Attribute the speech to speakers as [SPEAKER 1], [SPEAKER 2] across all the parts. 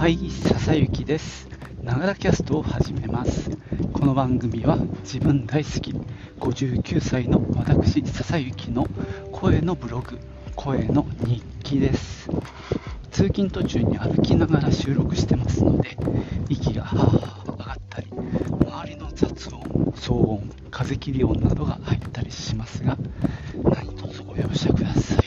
[SPEAKER 1] はい、笹雪です。ながらキャストを始めます。この番組は自分大好き59歳の私笹雪の声のブログ、声の日記です。通勤途中に歩きながら収録してますので、息がはぁ上がったり、周りの雑音、騒音、風切り音などが入ったりしますが、何卒ご容赦ください。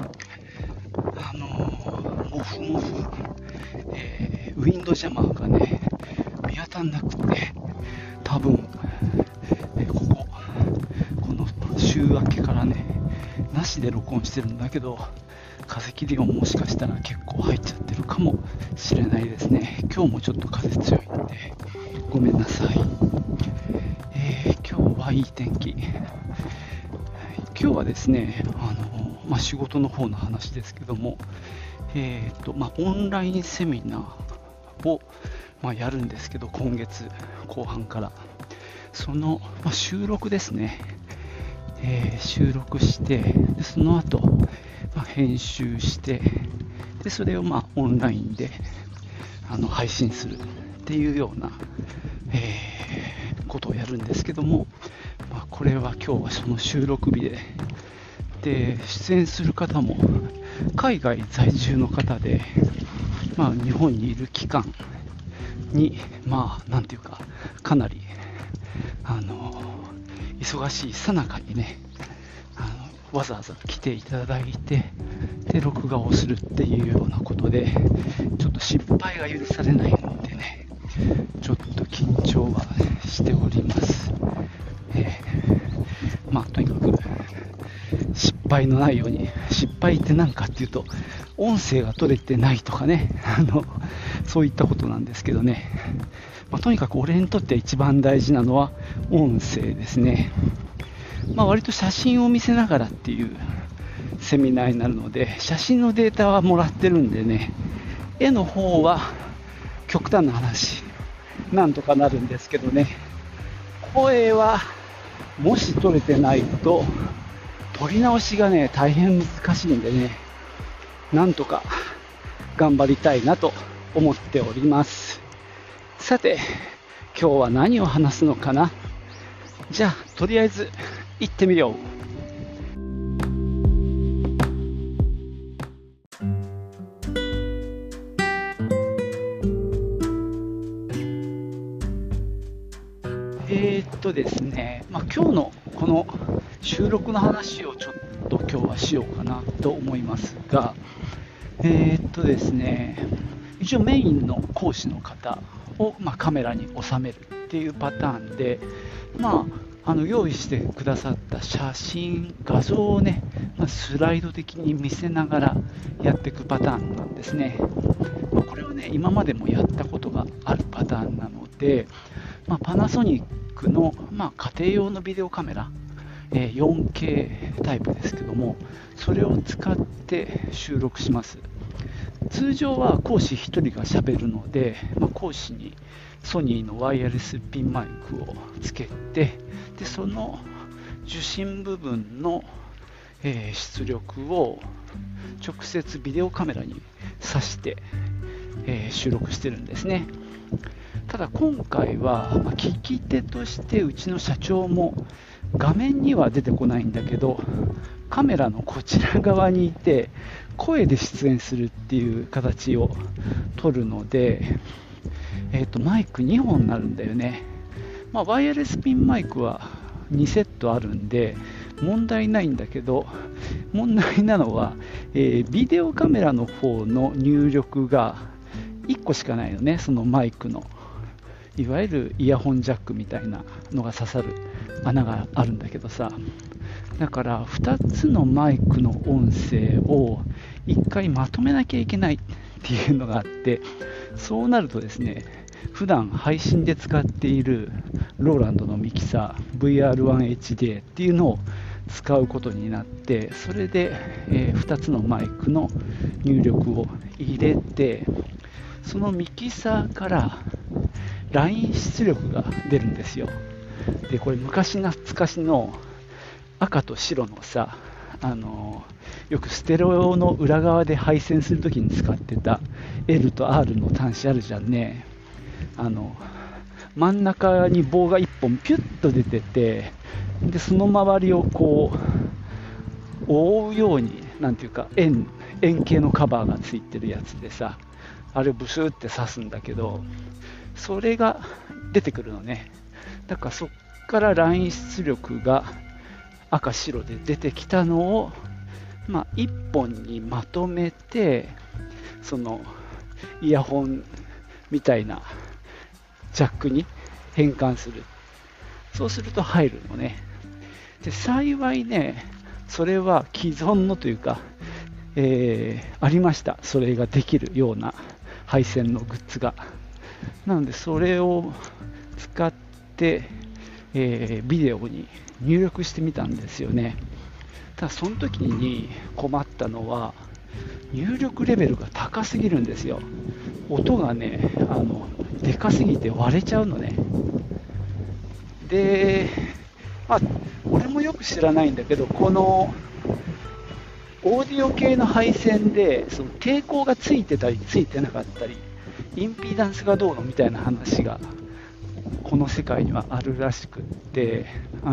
[SPEAKER 1] モフモフ、ウィンドジャマーがね、見当たんなくて、多分、この週明けからね、なしで録音してるんだけど、風切り音もしかしたら結構入っちゃってるかもしれないですね。今日もちょっと風強いので、ごめんなさい。今日はいい天気。今日はですね、仕事の方の話ですけども、オンラインセミナーを、やるんですけど、今月後半からその、収録ですね、収録して、でその後、編集して、でそれをオンラインで配信するっていうような、ことをやるんですけども、これは今日はその収録日で出演する方も海外在住の方で、日本にいる期間になんていうか、かなり忙しい最中にね、わざわざ来ていただいて、で録画をするっていうようなことで、ちょっと失敗が許されないのでね、ちょっと緊張はしております。とにかく失敗のないように、失敗って何かっていうと、音声が取れてないとかね、そういったことなんですけどね、とにかく俺にとって一番大事なのは音声ですね。割と写真を見せながらっていうセミナーになるので、写真のデータはもらってるんでね、絵の方は極端な話なんとかなるんですけどね、声はもし取れてないと撮り直しがね大変難しいんでね、なんとか頑張りたいなと思っております。さて、今日は何を話すのかな。じゃあとりあえず行ってみよう。ですね、今日のこの収録の話をちょっと今日はしようかなと思いますが、ですね、一応メインの講師の方を、カメラに収めるっていうパターンで、用意してくださった写真、画像をね、スライド的に見せながらやっていくパターンなんですね。これはね、今までもやったことがあるパターンなので、パナソニックの、家庭用のビデオカメラ、4K タイプですけども、それを使って収録します。通常は講師1人が喋るので、講師にソニーのワイヤレスピンマイクをつけて、でその受信部分の、出力を直接ビデオカメラに挿して、収録してるんですね。ただ今回は、聞き手としてうちの社長も画面には出てこないんだけど、カメラのこちら側にいて声で出演するっていう形を取るので、マイク2本になるんだよね。ワイヤレスピンマイクは2セットあるんで問題ないんだけど、問題なのは、ビデオカメラの方の入力が1個しかないのね。そのマイクのいわゆるイヤホンジャックみたいなのが刺さる穴があるんだけどさ、だから2つのマイクの音声を1回まとめなきゃいけないっていうのがあって、そうなるとですね、普段配信で使っているローランドのミキサー VR1HD っていうのを使うことになって、それで、2つのマイクの入力を入れて、そのミキサーからライン出力が出るんですよ。でこれ昔懐かしの赤と白のさ、 よくステレオの裏側で配線するときに使ってた L と R の端子あるじゃんね。真ん中に棒が1本ピュッと出てて、でその周りをこう覆うように、なんていうか円形のカバーがついてるやつでさ、あれをブシューって刺すんだけど、それが出てくるのね。だからそっからライン出力が赤白で出てきたのを、1本にまとめて、そのイヤホンみたいなジャックに変換する。そうすると入るのね。で幸いね、それは既存のというか、ありました。それができるような配線のグッズが。なのでそれを使って、ビデオに入力してみたんですよね。ただその時に困ったのは、入力レベルが高すぎるんですよ。音がね、でかすぎて割れちゃうのね。で、俺もよく知らないんだけど、このオーディオ系の配線でその抵抗がついてたりついてなかったり、インピーダンスがどうのみたいな話がこの世界にはあるらしくって、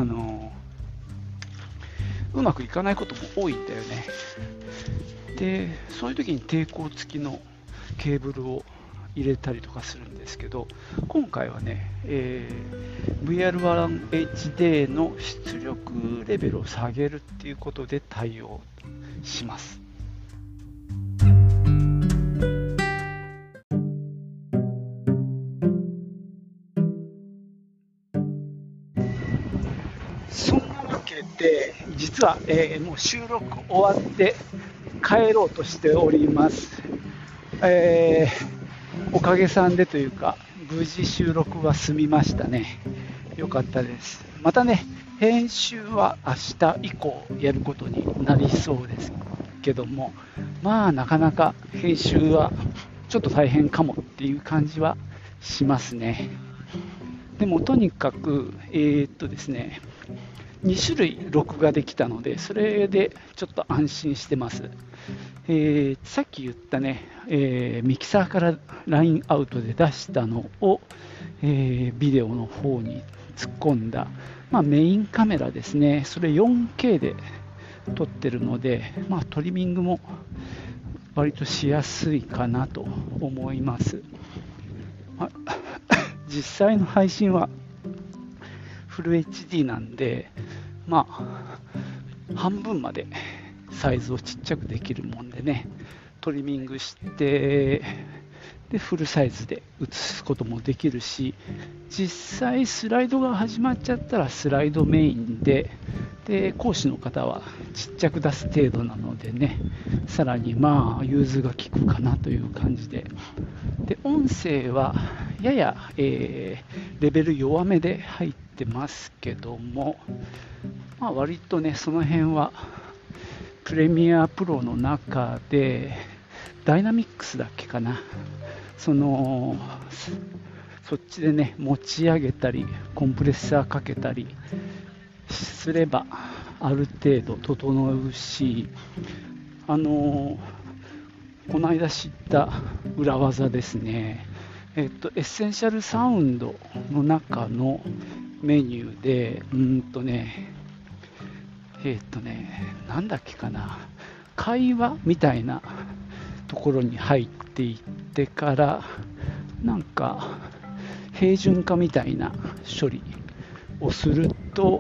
[SPEAKER 1] うまくいかないことも多いんだよね。でそういう時に抵抗付きのケーブルを入れたりとかするんですけど、今回はね、VR1HD の出力レベルを下げるっていうことで対応します。そんなわけで、実は、もう収録終わって帰ろうとしております。おかげさんでというか、無事収録は済みましたね。よかったです。またね、編集は明日以降やることになりそうですけども、なかなか編集はちょっと大変かもっていう感じはしますね。でもとにかく、ですね、2種類録画できたので、それでちょっと安心してます。さっき言ったね、ミキサーからラインアウトで出したのを、ビデオの方に突っ込んだ、メインカメラですね。それ 4K で撮ってるので、トリミングも割としやすいかなと思います。実際の配信はフル HD なんで、半分までサイズをちっちゃくできるもんでね、トリミングしてでフルサイズで映すこともできるし、実際スライドが始まっちゃったらスライドメインで、講師の方はちっちゃく出す程度なのでね、さらに融通が利くかなという感じで、音声はやや、レベル弱めで入ってますけども、割とねその辺はプレミアプロの中でダイナミックスだっけかな、そっちでね持ち上げたりコンプレッサーかけたりすればある程度整うし、この間知った裏技ですね。エッセンシャルサウンドの中のメニューでなんだっけかな、会話みたいなところに入っていってから、なんか平準化みたいな処理をすると、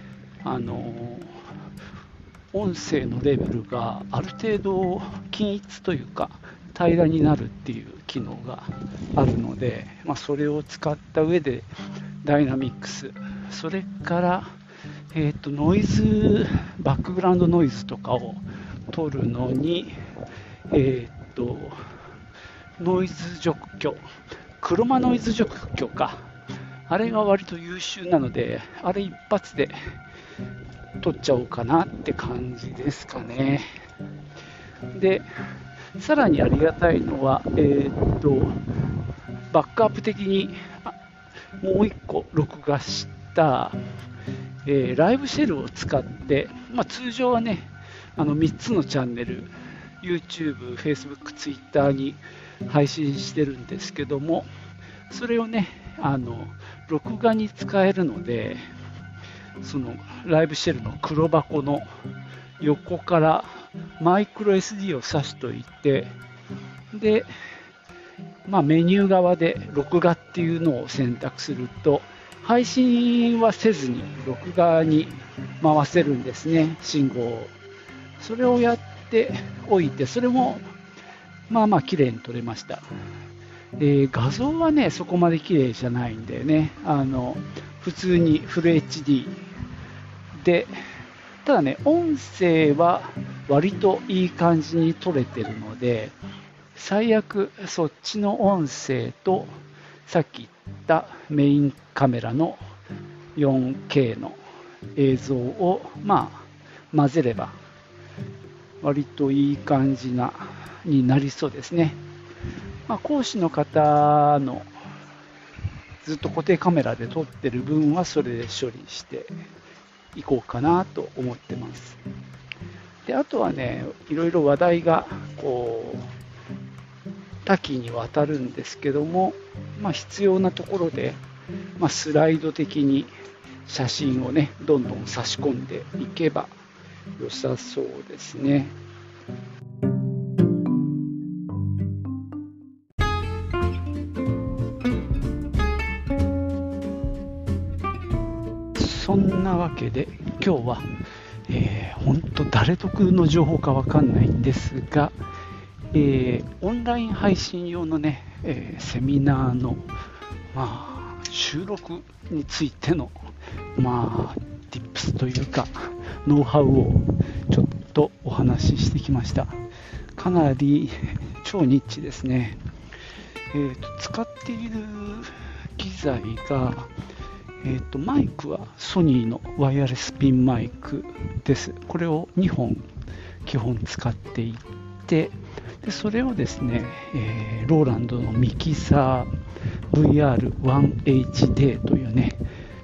[SPEAKER 1] 音声のレベルがある程度均一というか平らになるっていう機能があるので、それを使った上でダイナミックス、それからノイズ、バックグラウンドノイズとかを取るのに、ノイズ除去、クロマノイズ除去か、あれが割と優秀なので、あれ一発で取っちゃおうかなって感じですかね。で、さらにありがたいのは、バックアップ的にもう一個録画した、ライブシェルを使って、通常はね 3つのチャンネル、YouTube、Facebook、Twitter に配信してるんですけども、それをね、録画に使えるので、そのライブシェルの黒箱の横からマイクロ SD を挿しといて、で、メニュー側で録画っていうのを選択すると、配信はせずに録画に回せるんですね、信号を。それをやっておいて、それも綺麗に撮れました。画像はね、そこまで綺麗じゃないんでね、普通にフル HD で、ただね、音声は割といい感じに撮れてるので、最悪そっちの音声とさっき言ったメインカメラの 4K の映像を混ぜれば割といい感じになりそうですね。講師の方のずっと固定カメラで撮ってる分はそれで処理していこうかなと思ってます。で、あとはね、いろいろ話題が多岐にわたるんですけども、必要なところで、スライド的に写真をね、どんどん差し込んでいけば良さそうですね。そんなわけで今日は、本当誰得の情報かわかんないんですが、オンライン配信用のね、セミナーの、収録についての、tips というかノウハウをちょっとお話ししてきました。かなり超ニッチですね。使っている機材が、マイクはソニーのワイヤレスピンマイクです。これを2本基本使っていて、でそれをですね、ローランドのミキサー VR1HD というね、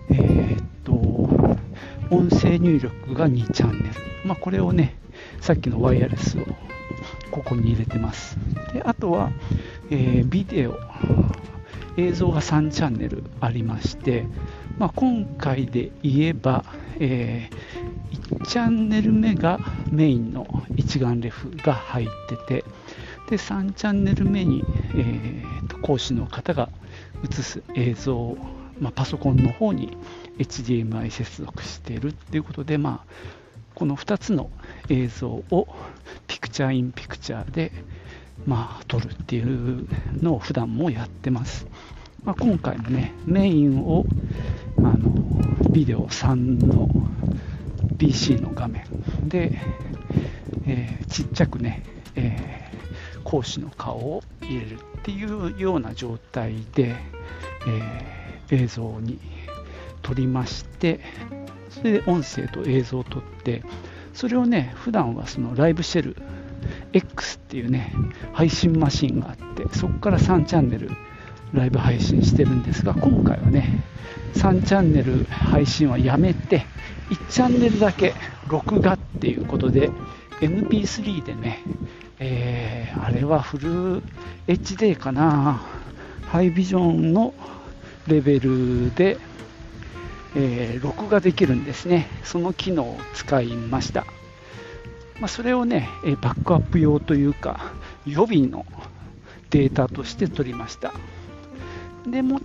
[SPEAKER 1] 音声入力が2チャンネル、これをね、さっきのワイヤレスをここに入れてます。であとは、ビデオ、映像が3チャンネルありまして、今回で言えば、1チャンネル目がメインの一眼レフが入ってて、で3チャンネル目に、講師の方が映す映像を、パソコンの方に HDMI 接続しているっていうことで、この2つの映像をピクチャーインピクチャーで、撮るっていうのを普段もやってます。今回もね、メインをビデオ3の PC の画面で、ちっちゃくね、講師の顔を入れるっていうような状態で、映像に撮りまして、それで音声と映像を撮って、それをね、普段はそのライブシェル X っていうね、配信マシンがあって、そこから3チャンネルライブ配信してるんですが、今回はね、3チャンネル配信はやめて、1チャンネルだけ録画っていうことで、MP3 でね、あれはフル HD かな、ハイビジョンのレベルで、録画できるんですね。その機能を使いました。それをね、バックアップ用というか予備のデータとして取りました。でもって、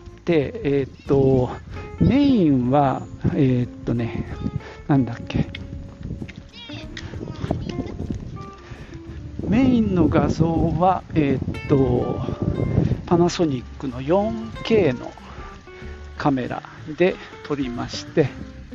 [SPEAKER 1] メインはなんだっけ、メインの画像はパナソニックの 4K のカメラで撮りまして、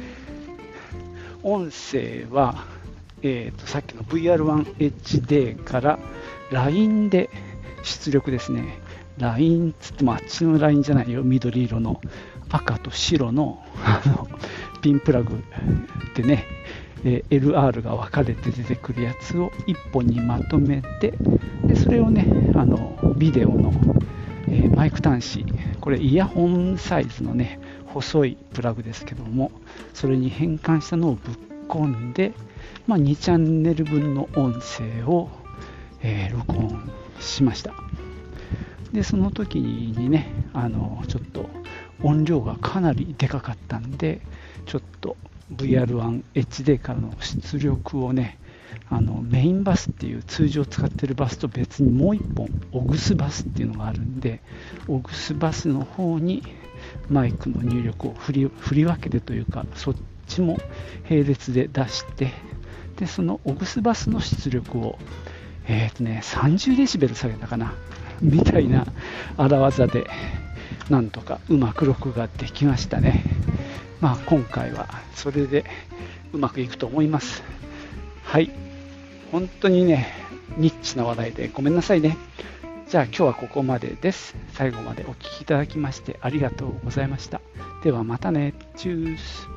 [SPEAKER 1] 音声はさっきの VR1HD から LINE で出力ですね。LINE つってもあっちの LINE じゃないよ、緑色の赤と白のピンプラグでね、LR が分かれて出てくるやつを1本にまとめて、でそれをね、ビデオの、マイク端子、これイヤホンサイズのね細いプラグですけども、それに変換したのをぶっ込んで、2チャンネル分の音声を、録音しました。でその時にね、ちょっと音量がかなりでかかったんで、ちょっと VR1HD からの出力をね、メインバスっていう通常使ってるバスと別にもう1本オグスバスっていうのがあるんで、オグスバスの方にマイクの入力を振り分けてというか、そっちも並列で出して、でそのオグスバスの出力を30デシベル下げたかなみたいな荒技でなんとかうまく録画できましたね。今回はそれでうまくいくと思います。はい、本当にねニッチな話題でごめんなさいね。じゃあ今日はここまでです。最後までお聞きいただきましてありがとうございました。ではまたね。チュース。